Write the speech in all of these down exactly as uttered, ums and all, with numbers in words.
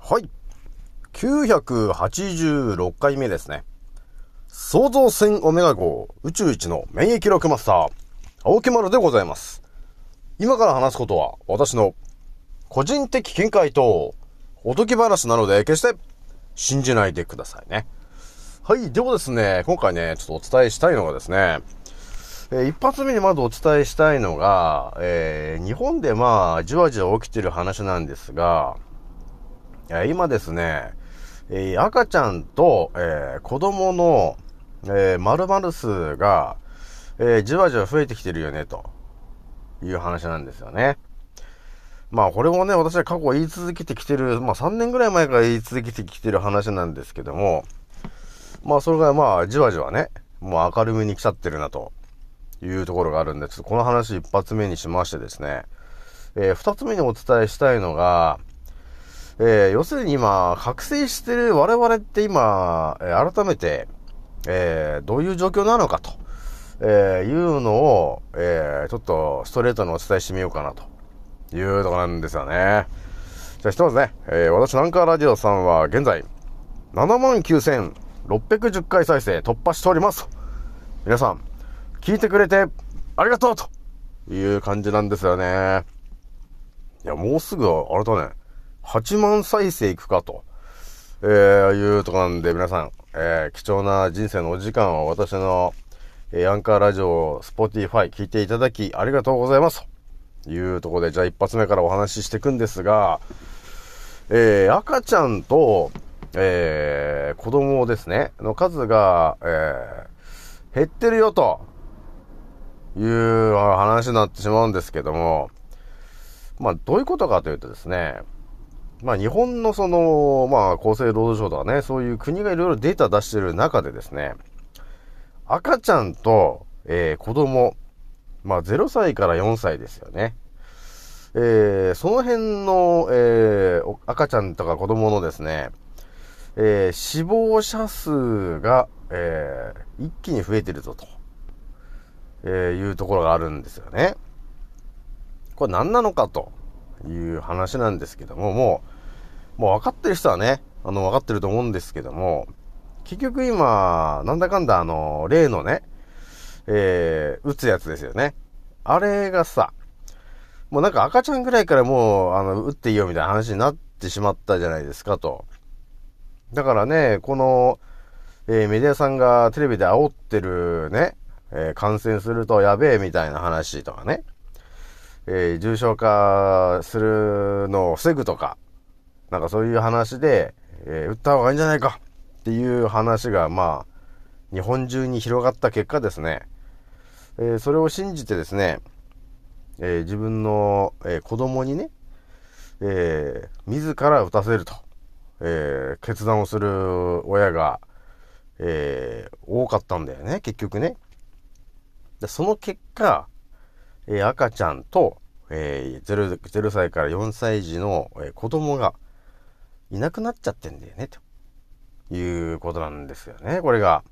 はい。きゅうひゃくはちじゅうろっかいめですね。創造船オメガ号宇宙一の免疫力マスター、青木丸でございます。今から話すことは私の個人的見解とおとぎ話なので決して信じないでくださいね。はい。ではですね、今回ね、ちょっとお伝えしたいのがですね、えー、一発目にまずお伝えしたいのが、えー、日本でまあ、じわじわ起きてる話なんですが、今ですね、えー、赤ちゃんと、えー、子供の、えー、〇〇数が、えー、じわじわ増えてきてるよね、という話なんですよね。まあ、これもね、私は過去言い続けてきてる、まあさんねんぐらい前から言い続けてきてる話なんですけども、まあ、それがまあ、じわじわね、もう明るみに来ちゃってるな、というところがあるんで、ちょっとこの話一発目にしましてですね、えー、二つ目にお伝えしたいのが、えー、要するに今、覚醒してる我々って今、えー、改めて、えー、どういう状況なのかと、えー、いうのを、えー、ちょっとストレートにお伝えしてみようかなというところなんですよね。じゃあ、ひとまずね、えー、私なんかラジオさんは現在、ななまんきゅうせんろっぴゃくじゅっかい再生突破しております。皆さん、聞いてくれてありがとうという感じなんですよね。いや、もうすぐ、あれだね、はちまん再生いくかと、えー、いうとこなんで、皆さん、えー、貴重な人生のお時間を私の、えー、アンカーラジオ、スポティファイ聞いていただきありがとうございます。というところで、じゃあ一発目からお話ししていくんですが、えー、赤ちゃんと、えー、子供ですね、の数が、えー、減ってるよという話になってしまうんですけども、まあ、どういうことかというとですね、まあ日本のその、まあ厚生労働省とかね、そういう国がいろいろデータ出してる中でですね、赤ちゃんと、えー、子供、まあゼロさいからよんさいですよね。えー、その辺の、えー、赤ちゃんとか子供のですね、えー、死亡者数が、えー、一気に増えてるぞと、えー、いうところがあるんですよね。これ何なのかという話なんですけども、もう、もう分かってる人はね、あの、分かってると思うんですけども、結局今、なんだかんだあの、例のね、えー、打つやつですよね。あれがさ、もうなんか赤ちゃんぐらいからもう、あの、打っていいよみたいな話になってしまったじゃないですかと。だからね、この、えー、メディアさんがテレビで煽ってるね、えー、感染するとやべえみたいな話とかね、えー、重症化するのを防ぐとか、なんかそういう話で、えー、打った方がいいんじゃないかっていう話が、まあ、日本中に広がった結果ですね、えー、それを信じてですね、えー、自分の、えー、子供にね、えー、自ら打たせると、えー、決断をする親が、えー、多かったんだよね、結局ね。でその結果、えー、赤ちゃんと、えー、0, 0歳からよんさい児の、えー、子供がいなくなっちゃってんだよね、ということなんですよね、これが。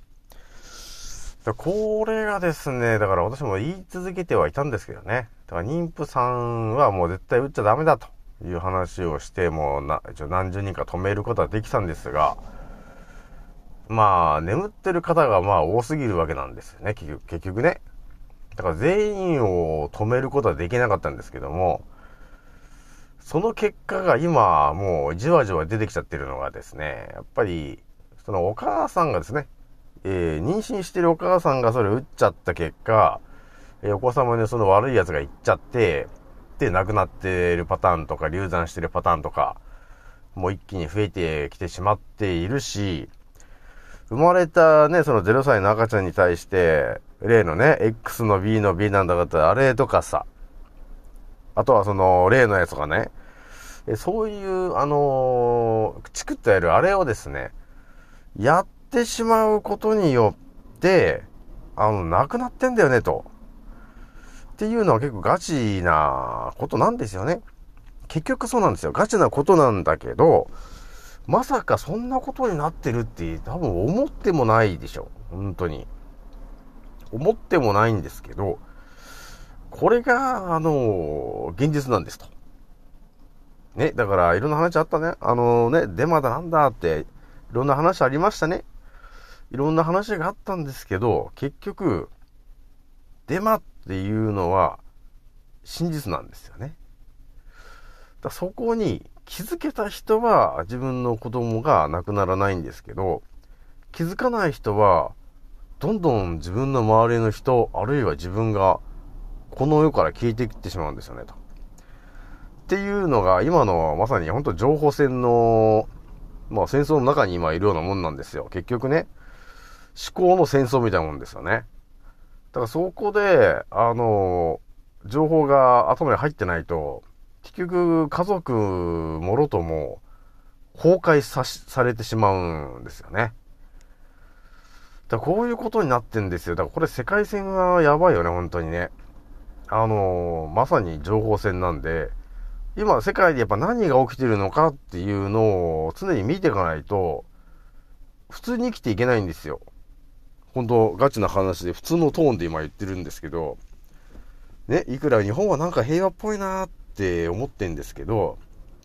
これがですね、だから私も言い続けてはいたんですけどね。だから妊婦さんはもう絶対打っちゃダメだという話をして、もうな一応何十人か止めることはできたんですが、まあ、眠ってる方がまあ多すぎるわけなんですよね、結局、結局ね。だから全員を止めることはできなかったんですけども、その結果が今もうじわじわ出てきちゃってるのがですね、やっぱり、そのお母さんがですね、えー、妊娠してるお母さんがそれを打っちゃった結果、えー、お子様にその悪いやつがいっちゃって、で、亡くなっているパターンとか、流産してるパターンとか、もう一気に増えてきてしまっているし、生まれたね、そのゼロさいの赤ちゃんに対して、例のね、X の B の B なんだかってあれとかさ、あとはその、例のやつとかね、えそういう、あのー、チクッとやるあれをですね、やってしまうことによって、あの、なくなってんだよね、と。っていうのは結構ガチなことなんですよね。結局そうなんですよ。ガチなことなんだけど、まさかそんなことになってるって多分思ってもないでしょ。本当に。思ってもないんですけど、これが、あの、現実なんですと。 ね、だからいろんな話あったね。あのね、デマだなんだって、いろんな話ありましたね。いろんな話があったんですけど、結局、デマっていうのは真実なんですよね。だそこに気づけた人は自分の子供が亡くならないんですけど、気づかない人は、どんどん自分の周りの人、あるいは自分がこの世から消えていってしまうんですよね、と。っていうのが今のまさに本当情報戦の、まあ戦争の中に今いるようなもんなんですよ。結局ね、思考の戦争みたいなもんですよね。だからそこで、あの、情報が頭に入ってないと、結局家族もろとも崩壊さし、されてしまうんですよね。だからこういうことになってんですよ。だからこれ世界戦がやばいよね、本当にね。あの、まさに情報戦なんで、今世界でやっぱ何が起きてるのかっていうのを常に見ていかないと、普通に生きていけないんですよ。本当ガチな話で普通のトーンで今言ってるんですけど、ね、いくら日本はなんか平和っぽいなーって思ってんですけど、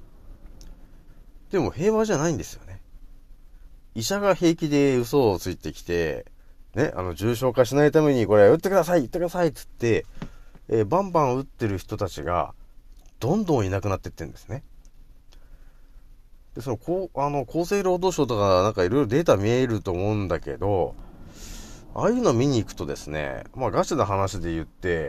でも平和じゃないんですよね。医者が平気で嘘をついてきて、ね、あの重症化しないためにこれ打ってください、打ってくださいっつって、えー、バンバン打ってる人たちがどんどんいなくなってってんですね。で、その、こう、あの、厚生労働省とかなんかいろいろデータ見えると思うんだけど、ああいうの見に行くとですね、まあガチな話で言って、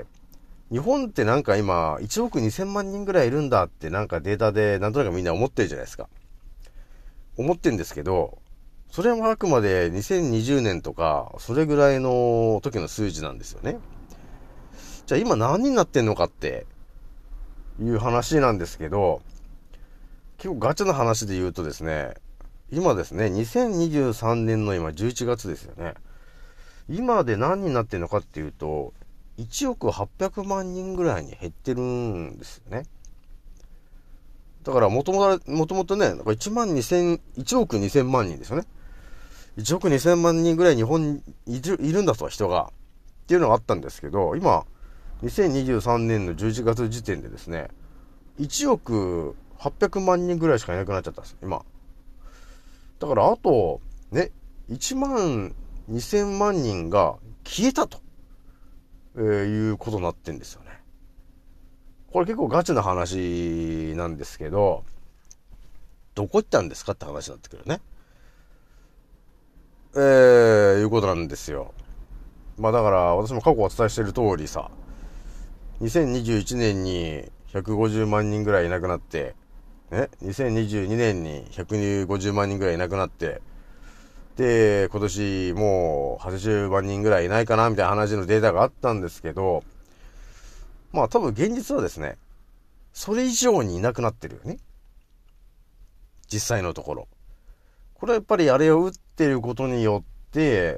日本ってなんか今、いちおくにせんまん人ぐらいいるんだってなんかデータでなんとなくみんな思ってるじゃないですか。思ってんですけど、それはあくまでにせんにじゅうねんとか、それぐらいの時の数字なんですよね。じゃあ今何になってんのかっていう話なんですけど、結構ガチな話で言うとですね、今ですね、にせんにじゅうさんねんの今じゅういちがつですよね。今で何になってんのかっていうと、いちおくはっぴゃくまん人ぐらいに減ってるんですよね。だからもともと、もともとね、いちまんにせん、いちおくにせんまん人ですよね。いちおくにせんまん人ぐらい日本にいる、いるんだと、人が。っていうのがあったんですけど、今、にせんにじゅうさんねんのじゅういちがつ時点でですね、いちおくはっぴゃくまん人ぐらいしかいなくなっちゃったんです、今。だからあと、ね、いちまんにせんまん人が消えたと、えー、いうことになってんですよね。これ結構ガチな話なんですけど、どこ行ったんですかって話になってくるね。えー、いうことなんですよ。まあだから私も過去お伝えしている通りさ、にせんにじゅういちねんにひゃくごじゅうまん人ぐらいいなくなって、ね、にせんにじゅうにねんにひゃくごじゅうまん人ぐらいいなくなって、で、今年もうはちじゅうまん人ぐらいいないかなみたいな話のデータがあったんですけど、まあ多分現実はですね、それ以上にいなくなってるよね。実際のところ。これはやっぱりあれを打ってることによって、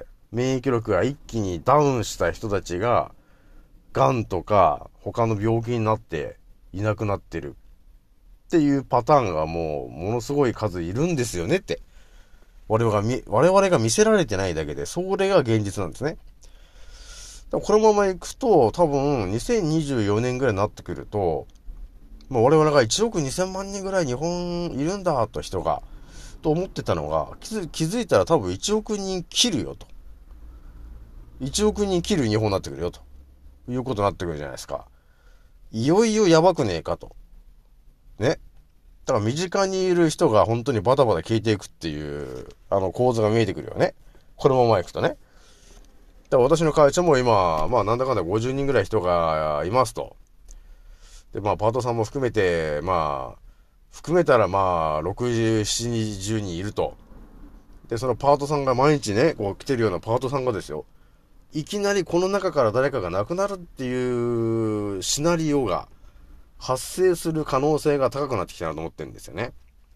免疫力が一気にダウンした人たちが、癌とか他の病気になっていなくなってるっていうパターンがもうものすごい数いるんですよねって。我々が見、我々が見せられてないだけで、それが現実なんですね。このまま行くと、多分にせんにじゅうよねんぐらいになってくると、まあ、我々がいちおくにせんまん人ぐらい日本いるんだと人が、と思ってたのが、気づ、気づいたら多分いちおく人切るよと。いちおく人切る日本になってくるよと。いうことになってくるじゃないですか。いよいよやばくねえかと。ね。だから身近にいる人が本当にバタバタ消えていくっていう、あの構図が見えてくるよね。このまま行くとね。だから私の会社も今、まあなんだかんだごじゅうにんぐらい人がいますと。で、まあパートさんも含めて、まあ、含めたらまあ、ろくじゅう、ななじゅうにんいると。で、そのパートさんが毎日ね、こう来てるようなパートさんがですよ。いきなりこの中から誰かが亡くなるっていうシナリオが発生する可能性が高くなってきたなと思ってるんですよね。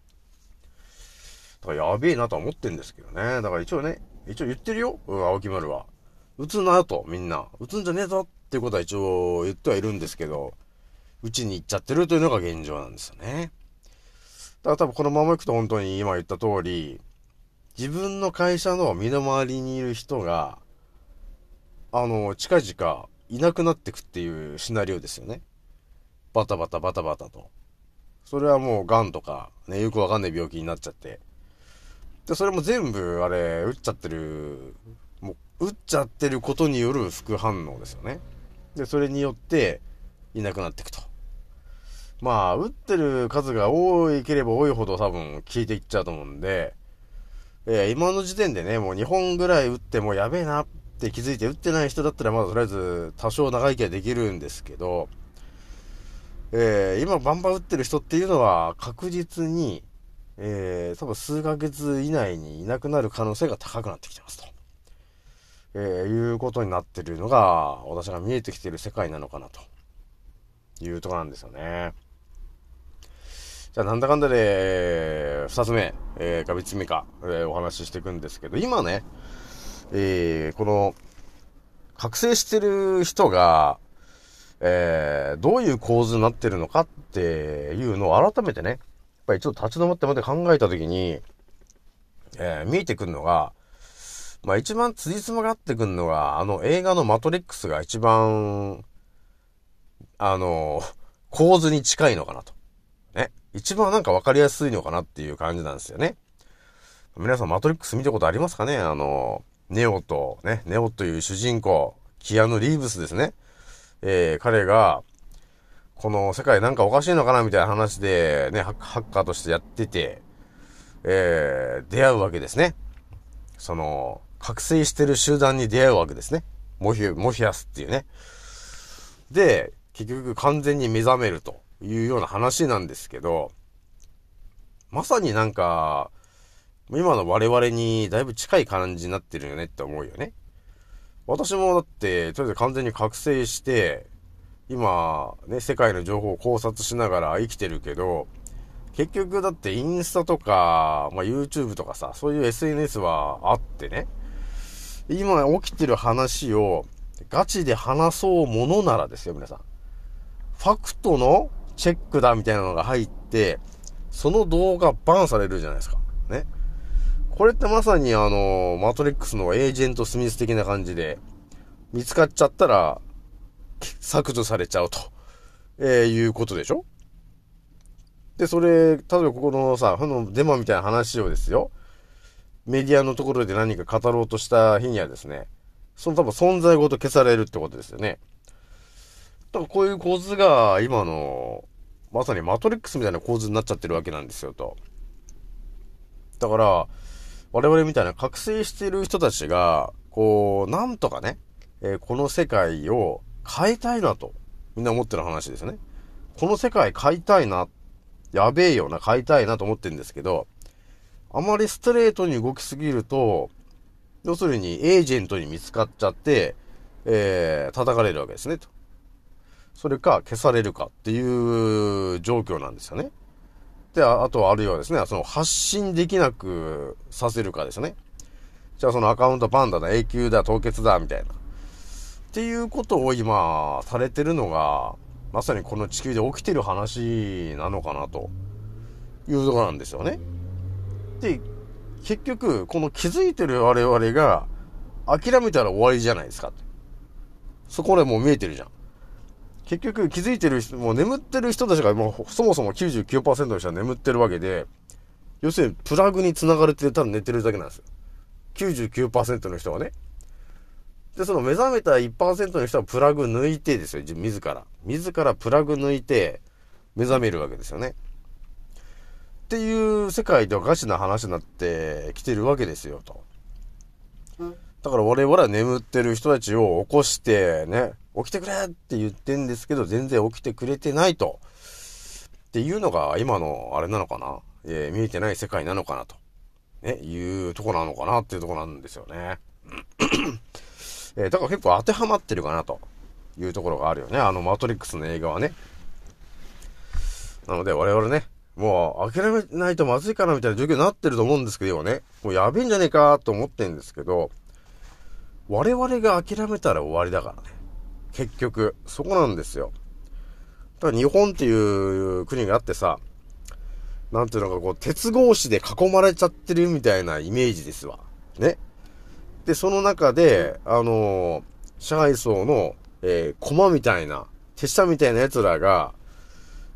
だからやべえなとは思ってるんですけどね。だから一応ね、一応言ってるよ、青木丸は。撃つなよと、みんな。撃つんじゃねえぞっていうことは一応言ってはいるんですけど、撃ちに行っちゃってるというのが現状なんですよね。だから多分このまま行くと本当に今言った通り、自分の会社の身の回りにいる人が、あの、近々いなくなってくっていうシナリオですよね。バタバタバタバタと。 それはもう癌とか、ね、よくわかんない病気になっちゃって。で、それも全部、あれ、打っちゃってる、もう、打っちゃってることによる副反応ですよね。で、それによって、いなくなっていくと。まあ、打ってる数が多いければ多いほど多分効いていっちゃうと思うんで、えー、今の時点でね、もうにほんぐらい打ってもやべえなって気づいて打ってない人だったらまだとりあえず多少長生きはできるんですけど、えー、今バンバン打ってる人っていうのは確実に、えー、多分数ヶ月以内にいなくなる可能性が高くなってきてますと。えー、いうことになってるのが、私が見えてきている世界なのかなというところなんですよね。じゃあなんだかんだで、二つ目、えー、か三つ目か、えー、お話ししていくんですけど、今ね、えー、この、覚醒してる人が、えー、どういう構図になってるのかっていうのを改めてね、やっぱりちょっと立ち止まってまで考えたときに、えー、見えてくるのが、まあ一番辻褄が合ってくるのが、あの映画のマトリックスが一番、あの、構図に近いのかなと。ね。一番なんかわかりやすいのかなっていう感じなんですよね。皆さんマトリックス見たことありますかね？あの、ネオと、ね、ネオという主人公、キアヌ・リーブスですね。えー、彼が、この世界なんかおかしいのかなみたいな話で、ね、ハッカーとしてやってて、えー、出会うわけですね。その、覚醒してる集団に出会うわけですね。モフィ、モフィアスっていうね。で、結局完全に目覚めるというような話なんですけど、まさになんか、今の我々にだいぶ近い感じになってるよねって思うよね。私もだって、とりあえず完全に覚醒して、今、ね、世界の情報を考察しながら生きてるけど、結局だってインスタとか、まあ、YouTube とかさ、そういう エスエヌエス はあってね、今起きてる話をガチで話そうものならですよ、皆さん。ファクトのチェックだみたいなのが入って、その動画バンされるじゃないですか。ね。これってまさにあの、マトリックスのエージェントスミス的な感じで、見つかっちゃったら、削除されちゃうと、えー、いうことでしょ？で、それ、例えばここのさ、このデマみたいな話をですよ、メディアのところで何か語ろうとした日にはですね、その多分存在ごと消されるってことですよね。だからこういう構図が今の、まさにマトリックスみたいな構図になっちゃってるわけなんですよと。だから、我々みたいな覚醒している人たちが、こう、なんとかね、えー、この世界を変えたいなと、みんな思ってる話ですよね。この世界変えたいな、やべえよな、変えたいなと思ってるんですけど、あまりストレートに動きすぎると、要するにエージェントに見つかっちゃって、えー、叩かれるわけですね、と。それか消されるかっていう状況なんですよね。で、あ, あとはあるいはですね、その発信できなくさせるかですね。じゃあそのアカウントバンだな、永久だ、凍結だ、みたいな。っていうことを今、されてるのが、まさにこの地球で起きてる話なのかな、というところなんですよね。で、結局、この気づいてる我々が、諦めたら終わりじゃないですか。そこでもう見えてるじゃん。結局気づいてる人、もう眠ってる人たちがもうそもそも きゅうじゅうきゅうパーセント の人は眠ってるわけで、要するにプラグに繋がれてただ寝てるだけなんですよ。きゅうじゅうきゅうパーセント の人はね。で、その目覚めた いちパーセント の人はプラグ抜いてですよ、自ら。自らプラグ抜いて目覚めるわけですよね。っていう世界ではガチな話になってきてるわけですよ、と。だから我々は眠ってる人たちを起こしてね、起きてくれって言ってんですけど、全然起きてくれてないと。っていうのが今のあれなのかな、えー、見えてない世界なのかなと。ね、いうとこなのかなっていうとこなんですよね。えー、だから結構当てはまってるかなというところがあるよね。あのマトリックスの映画はね。なので我々ね、もう諦めないとまずいかなみたいな状況になってると思うんですけどね。もうやべえんじゃねえかと思ってるんですけど、我々が諦めたら終わりだからね。結局、そこなんですよ。だから日本っていう国があってさ、なんていうのかこう、鉄格子で囲まれちゃってるみたいなイメージですわ。ね。で、その中で、あのー、支配層の、えー、駒みたいな、手下みたいな奴らが、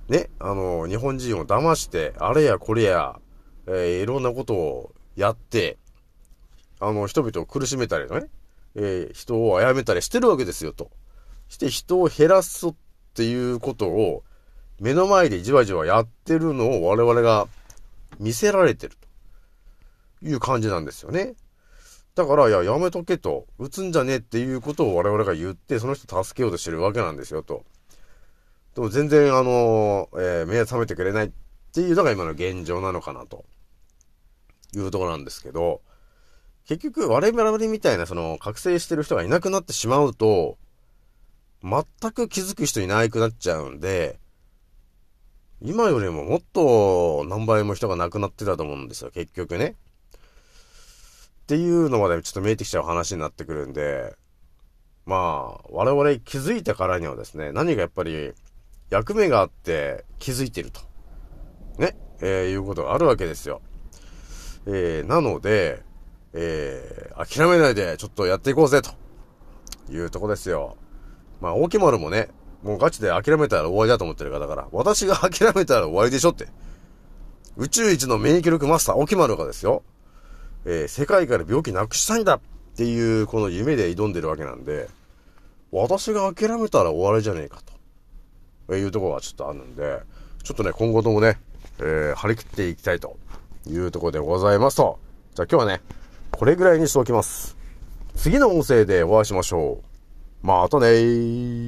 ね、あの、日本人を騙して、あれやこれや、えー、いろんなことをやって、あの、人々を苦しめたりね、えー、人を殺めたりしてるわけですよと。して人を減らすっていうことを目の前でじわじわやってるのを我々が見せられてるという感じなんですよね。だから、いや、やめとけと、撃つんじゃねえっていうことを我々が言って、その人助けようとしてるわけなんですよと。でも全然、あのー、えー、目を覚めてくれないっていうのが今の現状なのかなというところなんですけど、結局我々みたいなその覚醒してる人がいなくなってしまうと、全く気づく人いなくなっちゃうんで、今よりももっと何倍も人が亡くなってたと思うんですよ、結局ね。っていうのまでちょっと見えてきちゃう話になってくるんで、まあ、我々気づいたからにはですね、何かやっぱり役目があって気づいてると。ね、えー、いうことがあるわけですよ。えー、なので、えー、諦めないでちょっとやっていこうぜというとこですよ。まあ、大木丸もね、もうガチで諦めたら終わりだと思ってる方だから、私が諦めたら終わりでしょって。宇宙一の免疫力マスター、大木丸がですよ、えー、世界から病気なくしたいんだっていうこの夢で挑んでるわけなんで、私が諦めたら終わりじゃねえかというところがちょっとあるんで、ちょっとね、今後ともね、えー、張り切っていきたいというところでございますと。じゃあ今日はね、これぐらいにしておきます。次の音声でお会いしましょう。またねー。